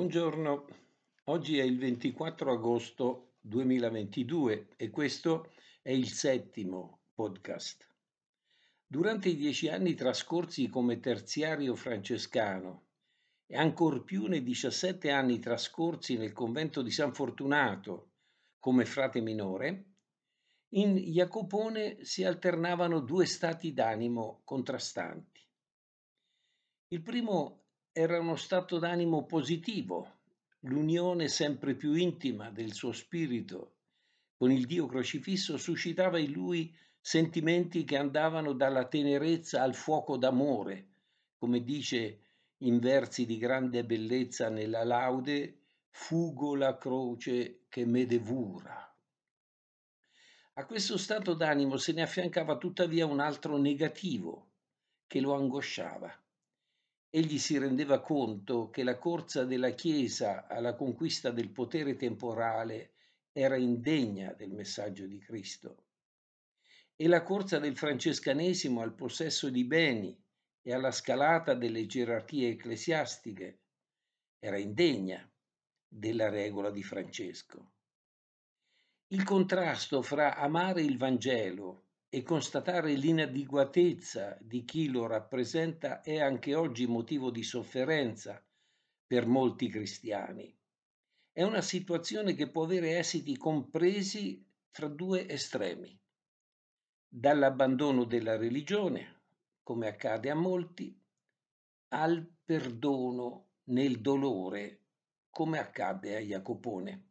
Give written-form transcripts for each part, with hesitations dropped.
Buongiorno, oggi è il 24 agosto 2022 e questo è il settimo podcast. Durante i 10 anni trascorsi come terziario francescano e ancor più nei 17 anni trascorsi nel convento di San Fortunato come frate minore, in Jacopone si alternavano due stati d'animo contrastanti. Il primo era uno stato d'animo positivo, l'unione sempre più intima del suo spirito con il Dio crocifisso suscitava in lui sentimenti che andavano dalla tenerezza al fuoco d'amore, come dice in versi di grande bellezza nella laude, fugo la croce che me devura. A questo stato d'animo se ne affiancava tuttavia un altro negativo che lo angosciava. Egli si rendeva conto che la corsa della Chiesa alla conquista del potere temporale era indegna del messaggio di Cristo e la corsa del francescanesimo al possesso di beni e alla scalata delle gerarchie ecclesiastiche era indegna della regola di Francesco. Il contrasto fra amare il Vangelo e constatare l'inadeguatezza di chi lo rappresenta è anche oggi motivo di sofferenza per molti cristiani. È una situazione che può avere esiti compresi fra due estremi: dall'abbandono della religione, come accade a molti, al perdono nel dolore, come accadde a Jacopone.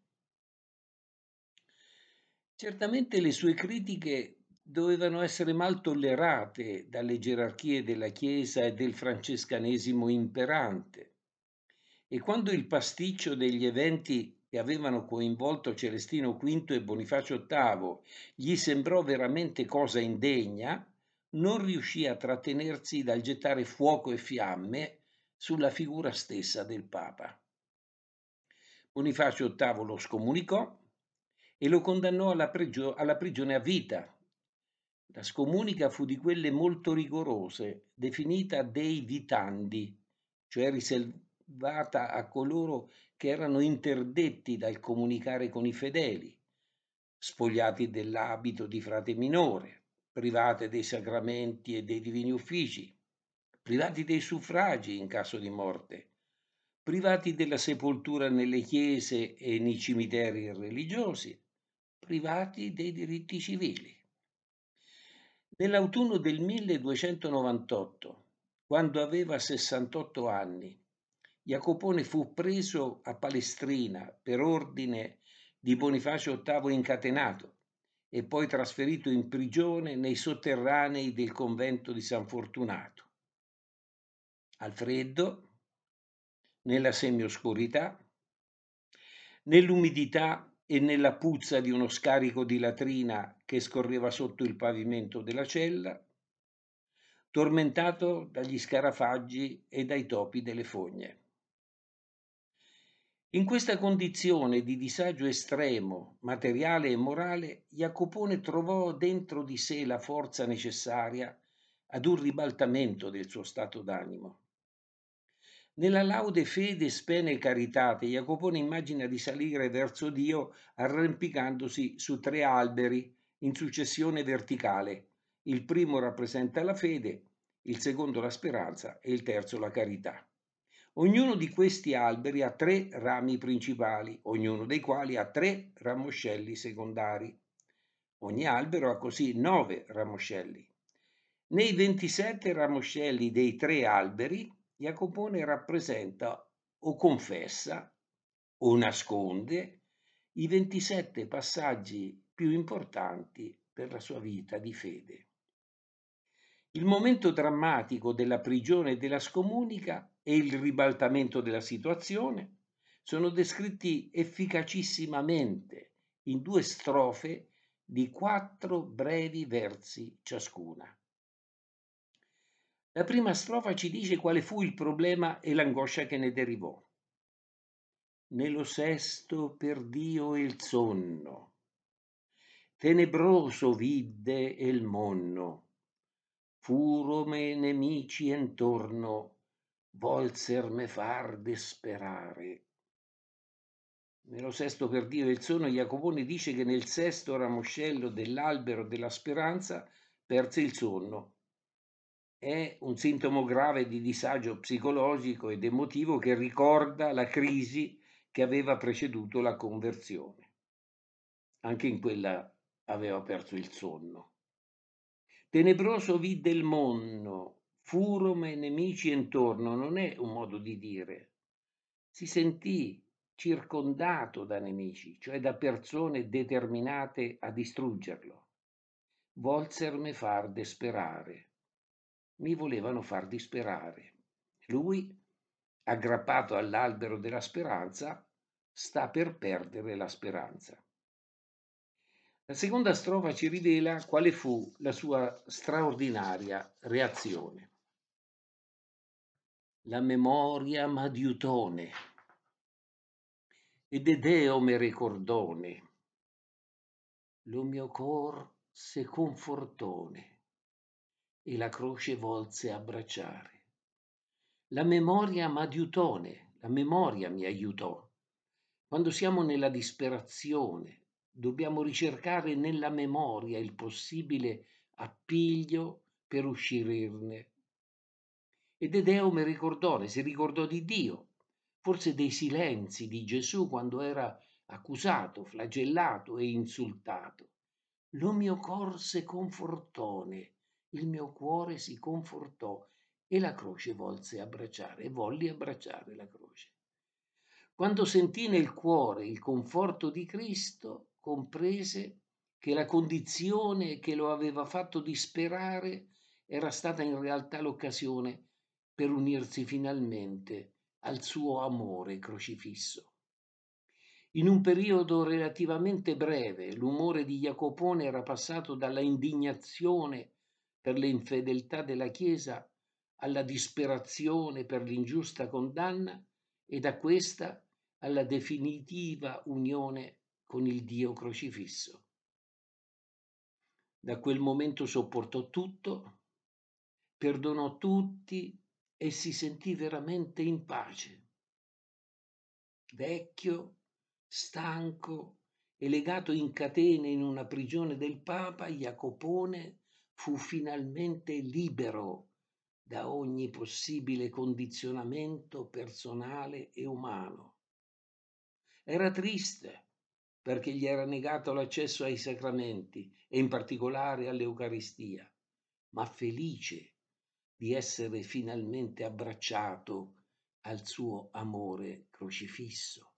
Certamente le sue critiche dovevano essere mal tollerate dalle gerarchie della Chiesa e del francescanesimo imperante. E quando il pasticcio degli eventi che avevano coinvolto Celestino V e Bonifacio VIII gli sembrò veramente cosa indegna, non riuscì a trattenersi dal gettare fuoco e fiamme sulla figura stessa del Papa. Bonifacio VIII lo scomunicò e lo condannò alla prigione a vita. La scomunica fu di quelle molto rigorose, definita dei vitandi, cioè riservata a coloro che erano interdetti dal comunicare con i fedeli, spogliati dell'abito di frate minore, private dei sacramenti e dei divini uffici, privati dei suffragi in caso di morte, privati della sepoltura nelle chiese e nei cimiteri religiosi, privati dei diritti civili. Nell'autunno del 1298, quando aveva 68 anni, Jacopone fu preso a Palestrina per ordine di Bonifacio VIII incatenato e poi trasferito in prigione nei sotterranei del convento di San Fortunato. Al freddo, nella semioscurità, nell'umidità e nella puzza di uno scarico di latrina che scorreva sotto il pavimento della cella, tormentato dagli scarafaggi e dai topi delle fogne. In questa condizione di disagio estremo, materiale e morale, Jacopone trovò dentro di sé la forza necessaria ad un ribaltamento del suo stato d'animo. Nella laude fede, spene e caritate, Jacopone immagina di salire verso Dio arrampicandosi su 3 alberi in successione verticale. Il primo rappresenta la fede, il secondo la speranza e il terzo la carità. Ognuno di questi alberi ha 3 rami principali, ognuno dei quali ha 3 ramoscelli secondari. Ogni albero ha così 9 ramoscelli. Nei 27 ramoscelli dei 3 alberi, Jacopone rappresenta o confessa o nasconde i 27 passaggi più importanti per la sua vita di fede. Il momento drammatico della prigione e della scomunica e il ribaltamento della situazione sono descritti efficacissimamente in 2 strofe di 4 brevi versi ciascuna. La prima strofa ci dice quale fu il problema e l'angoscia che ne derivò. Nello sesto perdio il sonno, tenebroso vidde il monno, furome nemici intorno, volser me far desperare. Nello sesto per dire il sonno, Jacopone dice che nel sesto ramoscello dell'albero della speranza perse il sonno. È un sintomo grave di disagio psicologico ed emotivo che ricorda la crisi che aveva preceduto la conversione. Anche in quella aveva perso il sonno. Tenebroso vide il monno, furono nemici intorno, non è un modo di dire. Si sentì circondato da nemici, cioè da persone determinate a distruggerlo. Volserme far disperare. Mi volevano far disperare. Lui, aggrappato all'albero della speranza, sta per perdere la speranza. La seconda strofa ci rivela quale fu la sua straordinaria reazione. La memoria m'adiutone ed Deo me ricordone, lo mio cor se confortone e la croce volse abbracciare. La memoria m'adiutone, la memoria mi aiutò. Quando siamo nella disperazione, dobbiamo ricercare nella memoria il possibile appiglio per uscirirne. Ed Edeume ricordò, si ricordò di Dio, forse dei silenzi di Gesù quando era accusato, flagellato e insultato. Lo mio cor se confortone, il mio cuore si confortò e la croce volse abbracciare, e volli abbracciare la croce. Quando sentì nel cuore il conforto di Cristo, comprese che la condizione che lo aveva fatto disperare era stata in realtà l'occasione per unirsi finalmente al suo amore crocifisso. In un periodo relativamente breve, l'umore di Jacopone era passato dalla indignazione per le infedeltà della Chiesa alla disperazione per l'ingiusta condanna e da questa alla definitiva unione con il Dio crocifisso. Da quel momento sopportò tutto, perdonò tutti e si sentì veramente in pace. Vecchio, stanco e legato in catene in una prigione del Papa, Jacopone fu finalmente libero da ogni possibile condizionamento personale e umano. Era triste perché gli era negato l'accesso ai sacramenti e in particolare all'Eucaristia, ma felice di essere finalmente abbracciato al suo amore crocifisso.